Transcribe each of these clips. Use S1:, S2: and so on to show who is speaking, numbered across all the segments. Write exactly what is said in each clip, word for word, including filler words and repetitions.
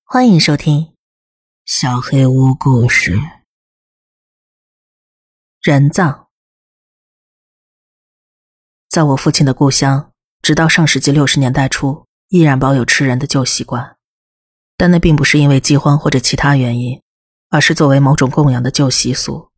S1: 欢迎收听小黑屋故事。人葬。在我父亲的故乡，直到上世纪六十年代初，依然保有吃人的旧习惯，但那并不是因为饥荒或者其他原因，而是作为某种供养的旧习俗。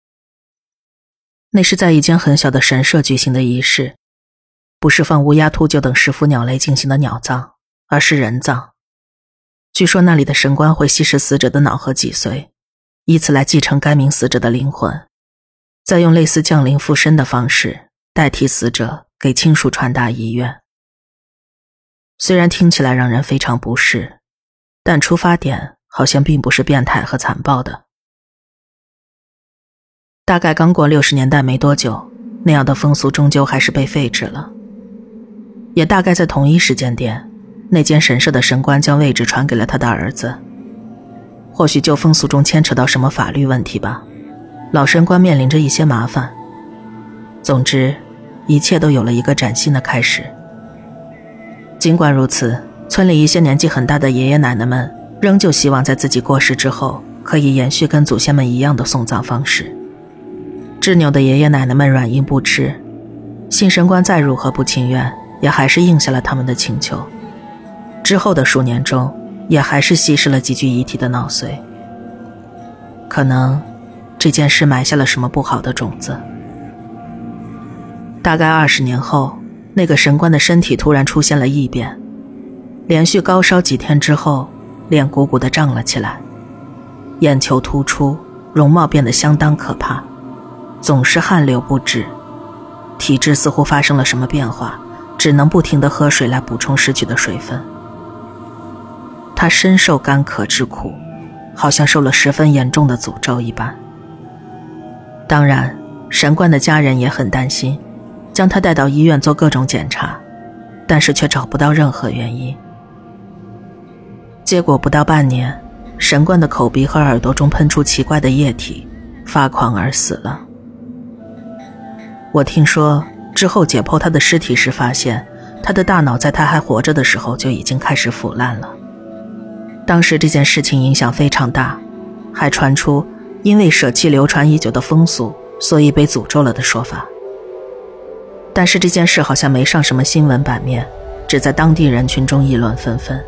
S1: 那是在一间很小的神社举行的仪式，不是放乌鸦、秃鹫等食腐鸟类进行的鸟葬，而是人葬。据说那里的神官会吸食死者的脑和脊髓，以此来继承该名死者的灵魂，再用类似降临附身的方式代替死者给亲属传达遗愿。虽然听起来让人非常不适，但出发点好像并不是变态和残暴的。大概刚过六十年代没多久，那样的风俗终究还是被废止了。也大概在同一时间点，那间神社的神官将位置传给了他的儿子。或许旧风俗中牵扯到什么法律问题吧，老神官面临着一些麻烦。总之，一切都有了一个崭新的开始。尽管如此，村里一些年纪很大的爷爷奶奶们仍旧希望在自己过世之后可以延续跟祖先们一样的送葬方式。执拗的爷爷奶奶们软硬不吃，新神官再如何不情愿，也还是应下了他们的请求。之后的数年中，也还是稀释了几具遗体的脑髓。可能这件事埋下了什么不好的种子。大概二十年后，那个神官的身体突然出现了异变，连续高烧几天之后，脸鼓鼓地胀了起来，眼球突出，容貌变得相当可怕，总是汗流不止，体质似乎发生了什么变化，只能不停地喝水来补充失去的水分。他深受干渴之苦，好像受了十分严重的诅咒一般。当然，神官的家人也很担心，将他带到医院做各种检查，但是却找不到任何原因。结果不到半年，神官的口鼻和耳朵中喷出奇怪的液体，发狂而死了。我听说之后解剖他的尸体时发现，他的大脑在他还活着的时候就已经开始腐烂了。当时这件事情影响非常大，还传出因为舍弃流传已久的风俗，所以被诅咒了的说法。但是这件事好像没上什么新闻版面，只在当地人群中议论纷纷。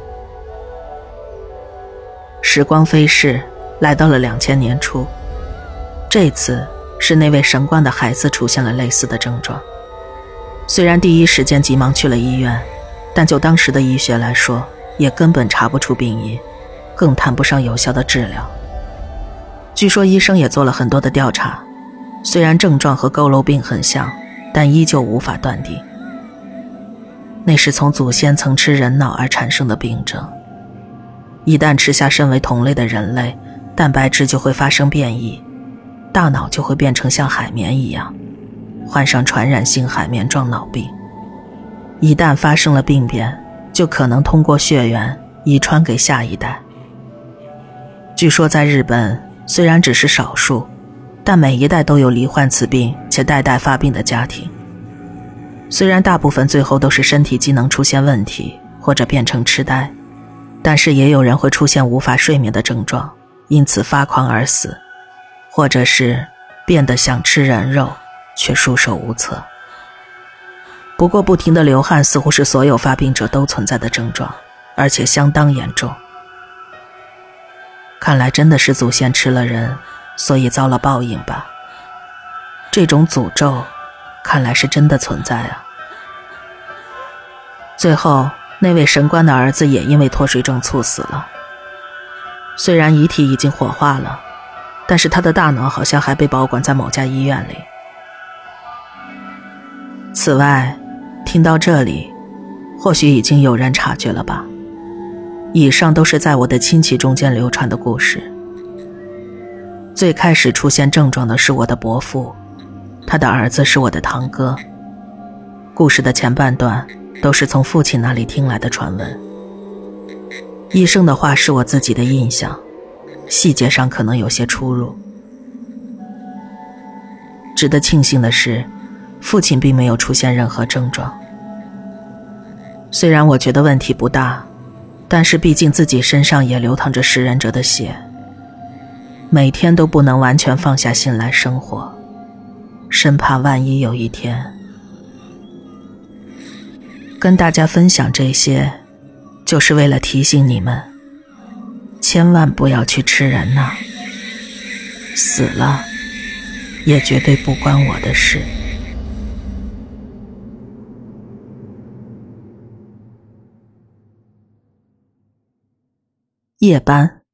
S1: 时光飞逝，来到了两千年初，这次是那位神官的孩子出现了类似的症状。虽然第一时间急忙去了医院，但就当时的医学来说，也根本查不出病因，更谈不上有效的治疗。据说医生也做了很多的调查，虽然症状和佝偻病很像，但依旧无法断定。那是从祖先曾吃人脑而产生的病症，一旦吃下身为同类的人类，蛋白质就会发生变异，大脑就会变成像海绵一样，患上传染性海绵状脑病。一旦发生了病变，就可能通过血缘遗传给下一代。据说在日本，虽然只是少数，但每一代都有罹患此病且代代发病的家庭。虽然大部分最后都是身体机能出现问题，或者变成痴呆，但是也有人会出现无法睡眠的症状，因此发狂而死，或者是变得想吃人肉，却束手无策。不过不停的流汗似乎是所有发病者都存在的症状，而且相当严重。看来真的是祖先吃了人，所以遭了报应吧。这种诅咒看来是真的存在啊。最后那位神官的儿子也因为脱水症猝死了。虽然遗体已经火化了，但是他的大脑好像还被保管在某家医院里。此外，听到这里，或许已经有人察觉了吧。以上都是在我的亲戚中间流传的故事。最开始出现症状的是我的伯父，他的儿子是我的堂哥。故事的前半段都是从父亲那里听来的传闻。医生的话是我自己的印象，细节上可能有些出入。值得庆幸的是，父亲并没有出现任何症状。虽然我觉得问题不大， 但是毕竟自己身上也流淌着食人者的血，每天都不能完全放下心来生活，生怕万一有一天。跟大家分享这些，就是为了提醒你们，千万不要去吃人呐，死了也绝对不关我的事。夜班。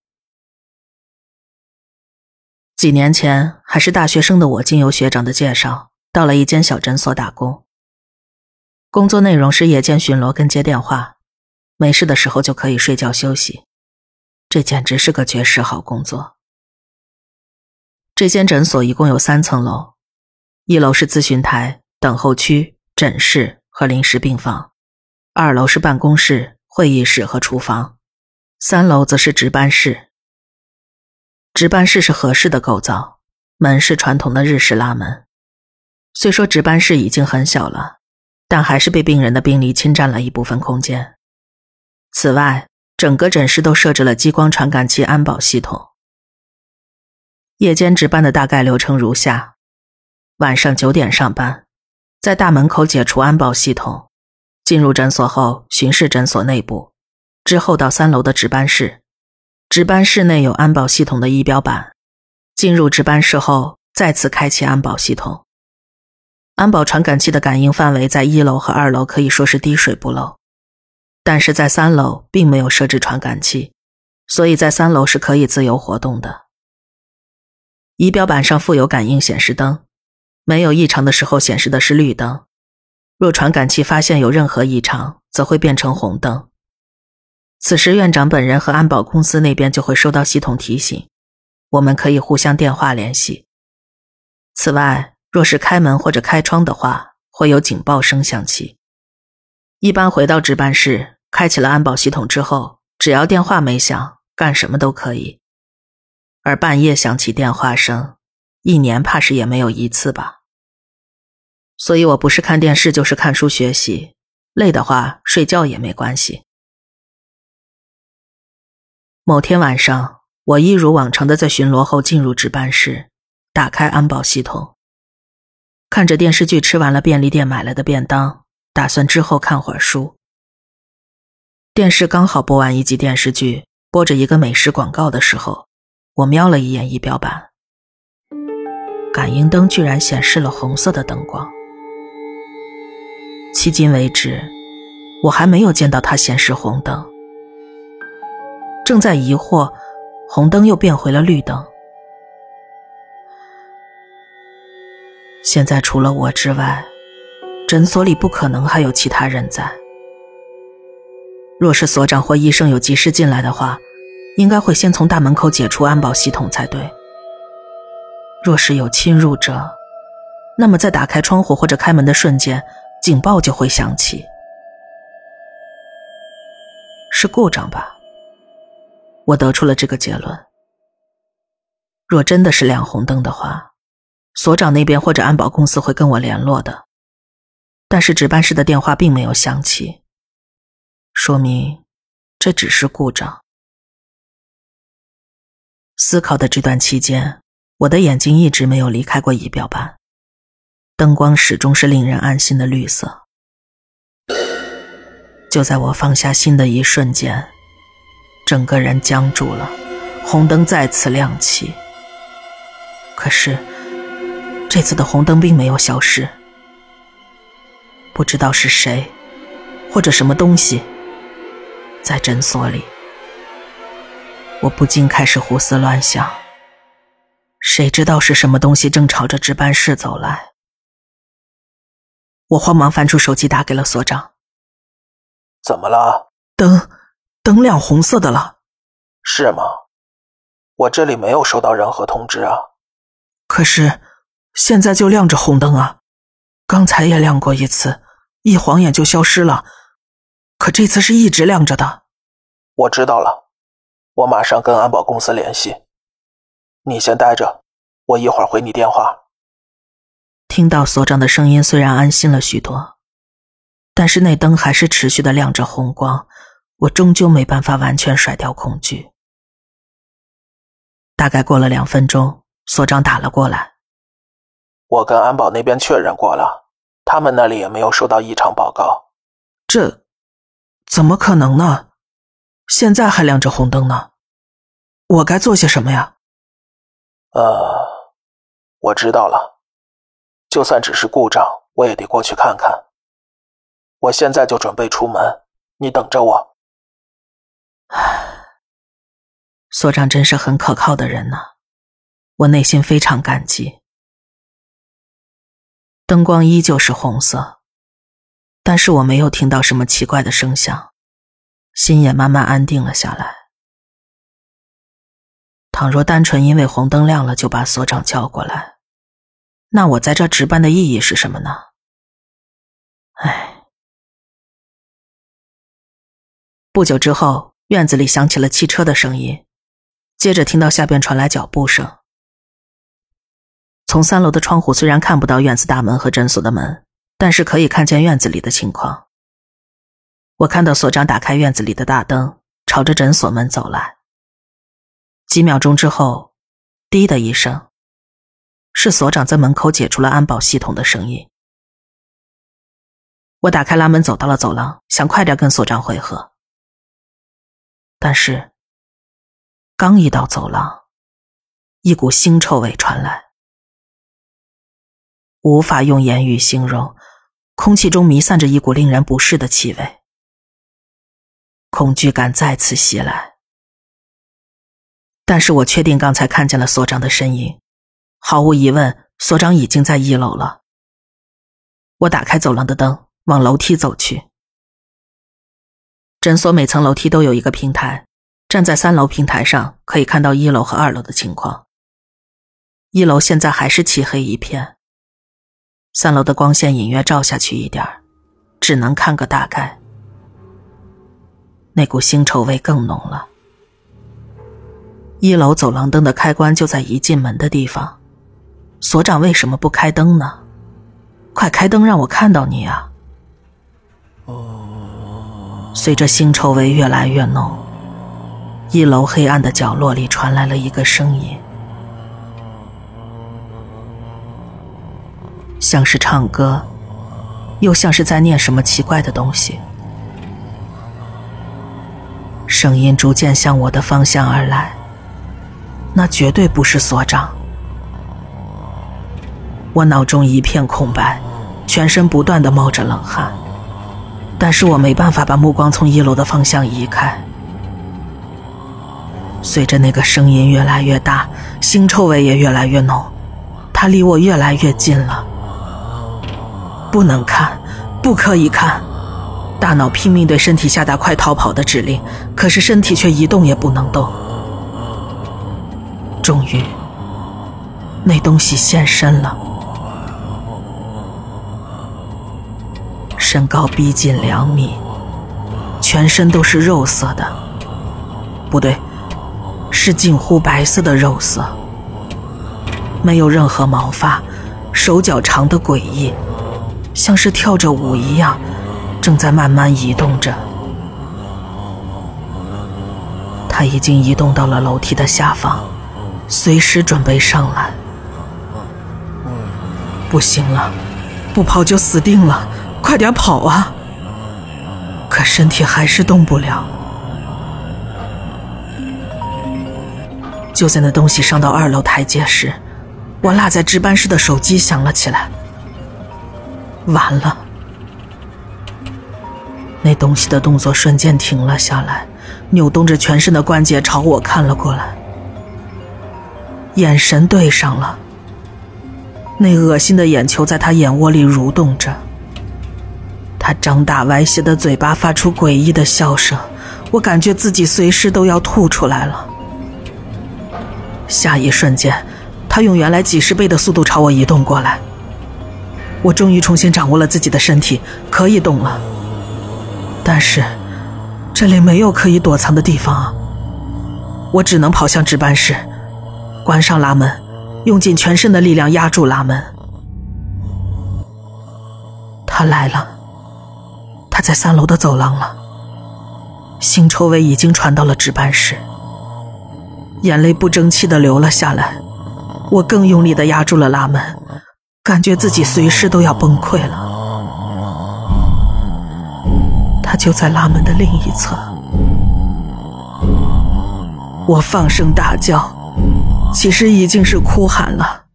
S1: 几年前还是大学生的我，经由学长的介绍，到了一间小诊所打工。工作内容是夜间巡逻跟接电话，没事的时候就可以睡觉休息，这简直是个绝世好工作。这间诊所一共有三层楼，一楼是咨询台、等候区、诊室和临时病房，二楼是办公室、会议室和厨房，三楼则是值班室。值班室是合适的构造，门是传统的日式拉门。虽说值班室已经很小了，但还是被病人的病历侵占了一部分空间。此外，整个诊室都设置了激光传感器安保系统。夜间值班的大概流程如下：晚上九点上班，在大门口解除安保系统，进入诊所后巡视诊所内部，之后到三楼的值班室。值班室内有安保系统的仪表板，进入值班室后再次开启安保系统。安保传感器的感应范围在一楼和二楼可以说是滴水不漏，但是在三楼并没有设置传感器，所以在三楼是可以自由活动的。仪表板上附有感应显示灯，没有异常的时候显示的是绿灯，若传感器发现有任何异常，则会变成红灯。此时院长本人和安保公司那边就会收到系统提醒，我们可以互相电话联系。此外，若是开门或者开窗的话，会有警报声响起。一般回到值班室，开启了安保系统之后，只要电话没响，干什么都可以。而半夜响起电话声，一年怕是也没有一次吧。所以我不是看电视就是看书学习，累的话睡觉也没关系。某天晚上，我一如往常的在巡逻后进入值班室，打开安保系统，看着电视剧，吃完了便利店买来的便当，打算之后看会儿书。电视刚好播完一集电视剧，播着一个美食广告的时候，我瞄了一眼仪表板，感应灯居然显示了红色的灯光。迄今为止，我还没有见到它显示红灯。正在疑惑，红灯又变回了绿灯。现在除了我之外，诊所里不可能还有其他人在。若是所长或医生有急事进来的话，应该会先从大门口解除安保系统才对。若是有侵入者，那么在打开窗户或者开门的瞬间，警报就会响起。是故障吧？我得出了这个结论。若真的是亮红灯的话，所长那边或者安保公司会跟我联络的，但是值班室的电话并没有响起，说明这只是故障。思考的这段期间，我的眼睛一直没有离开过仪表板，灯光始终是令人安心的绿色。就在我放下心的一瞬间，整个人僵住了，红灯再次亮起。可是这次的红灯并没有消失，不知道是谁或者什么东西在诊所里。我不禁开始胡思乱想，谁知道是什么东西正朝着值班室走来。我慌忙翻出手机打给了所长。
S2: 怎么了？
S1: 灯灯亮红色的了。
S2: 是吗？我这里没有收到任何通知啊。
S1: 可是现在就亮着红灯啊，刚才也亮过一次，一晃眼就消失了，可这次是一直亮着的。
S2: 我知道了，我马上跟安保公司联系。你先待着，我一会儿回你电话。
S1: 听到所长的声音，虽然安心了许多，但是那灯还是持续的亮着红光， 我终究没办法完全甩掉恐惧。大概过了两分钟，所长打了过来。
S2: 我跟安保那边确认过了，他们那里也没有收到异常报告。
S1: 这怎么可能呢？现在还亮着红灯呢，我该做些什么呀？
S2: 呃，我知道了，就算只是故障，我也得过去看看。我现在就准备出门，你等着我。
S1: 所长真是很可靠的人呢，我内心非常感激。灯光依旧是红色，但是我没有听到什么奇怪的声响，心也慢慢安定了下来。倘若单纯因为红灯亮了就把所长叫过来，那我在这值班的意义是什么呢？唉。不久之后，院子里响起了汽车的声音，接着听到下边传来脚步声。从三楼的窗户虽然看不到院子大门和诊所的门，但是可以看见院子里的情况。我看到所长打开院子里的大灯，朝着诊所门走来。几秒钟之后，滴的一声，是所长在门口解除了安保系统的声音。我打开拉门走到了走廊，想快点跟所长会合。但是刚一到走廊，一股腥臭味传来，无法用言语形容，空气中弥散着一股令人不适的气味。恐惧感再次袭来，但是我确定刚才看见了所长的身影，毫无疑问，所长已经在一楼了。我打开走廊的灯，往楼梯走去。诊所每层楼梯都有一个平台，站在三楼平台上可以看到一楼和二楼的情况。一楼现在还是漆黑一片，三楼的光线隐约照下去一点，只能看个大概。那股腥臭味更浓了。一楼走廊灯的开关就在一进门的地方，所长为什么不开灯呢？快开灯让我看到你啊！随着腥臭味越来越浓，一楼黑暗的角落里传来了一个声音，像是唱歌，又像是在念什么奇怪的东西。声音逐渐向我的方向而来，那绝对不是所长。我脑中一片空白，全身不断地冒着冷汗，但是我没办法把目光从一楼的方向移开。随着那个声音越来越大，腥臭味也越来越浓，它离我越来越近了。不能看，不可以看。大脑拼命对身体下达快逃跑的指令，可是身体却一动也不能动。终于，那东西现身了。身高逼近两米，全身都是肉色的，不对，是近乎白色的肉色，没有任何毛发，手脚长得诡异，像是跳着舞一样，正在慢慢移动着。他已经移动到了楼梯的下方，随时准备上来。不行了，不跑就死定了，快点跑啊！可身体还是动不了。就在那东西上到二楼台阶时，我落在值班室的手机响了起来。完了，那东西的动作瞬间停了下来，扭动着全身的关节朝我看了过来，眼神对上了，那恶心的眼球在他眼窝里蠕动着，他张大歪斜的嘴巴发出诡异的笑声，我感觉自己随时都要吐出来了。下一瞬间，他用原来几十倍的速度朝我移动过来。我终于重新掌握了自己的身体，可以动了。但是这里没有可以躲藏的地方啊！我只能跑向值班室，关上拉门，用尽全身的力量压住拉门。他来了，他在三楼的走廊了。 腥臭味已经传到了值班室，眼泪不争气地流了下来，我更用力地压住了拉门，感觉自己随时都要崩溃了。他就在拉门的另一侧，我放声大叫，其实已经是哭喊了。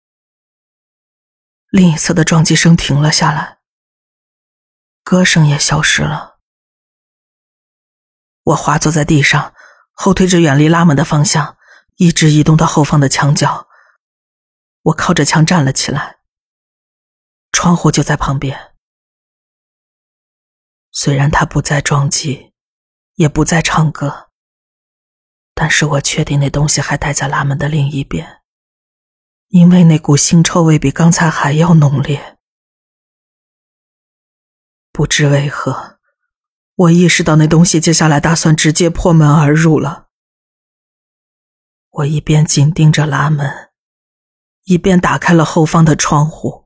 S1: 另一侧的撞击声停了下来，歌声也消失了。我滑坐在地上，后退至远离拉门的方向，一直移动到后方的墙角。我靠着墙站了起来，窗户就在旁边。虽然他不再撞击，也不再唱歌，但是我确定那东西还待在拉门的另一边，因为那股腥臭味比刚才还要浓烈。不知为何，我意识到那东西接下来打算直接破门而入了。我一边紧盯着拉门，一边打开了后方的窗户。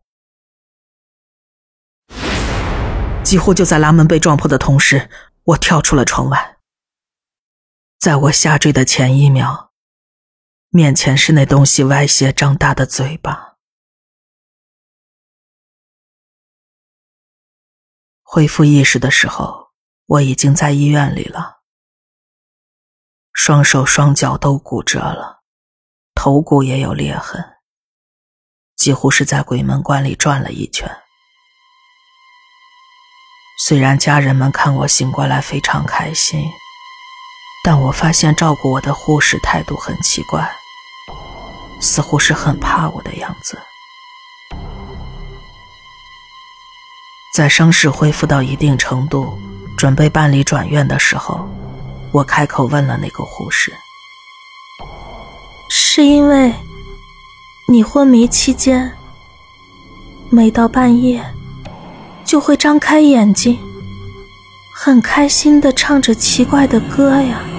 S1: 几乎就在拉门被撞破的同时，我跳出了窗外。在我下坠的前一秒，面前是那东西歪斜张大的嘴巴。恢复意识的时候，我已经在医院里了，双手双脚都骨折了，头骨也有裂痕，几乎是在鬼门关里转了一圈。虽然家人们看我醒过来非常开心，但我发现照顾我的护士态度很奇怪，似乎是很怕我的样子。在伤势恢复到一定程度，准备办理转院的时候，我开口问了那个护士，
S3: 是因为你昏迷期间，每到半夜就会张开眼睛，很开心地唱着奇怪的歌呀。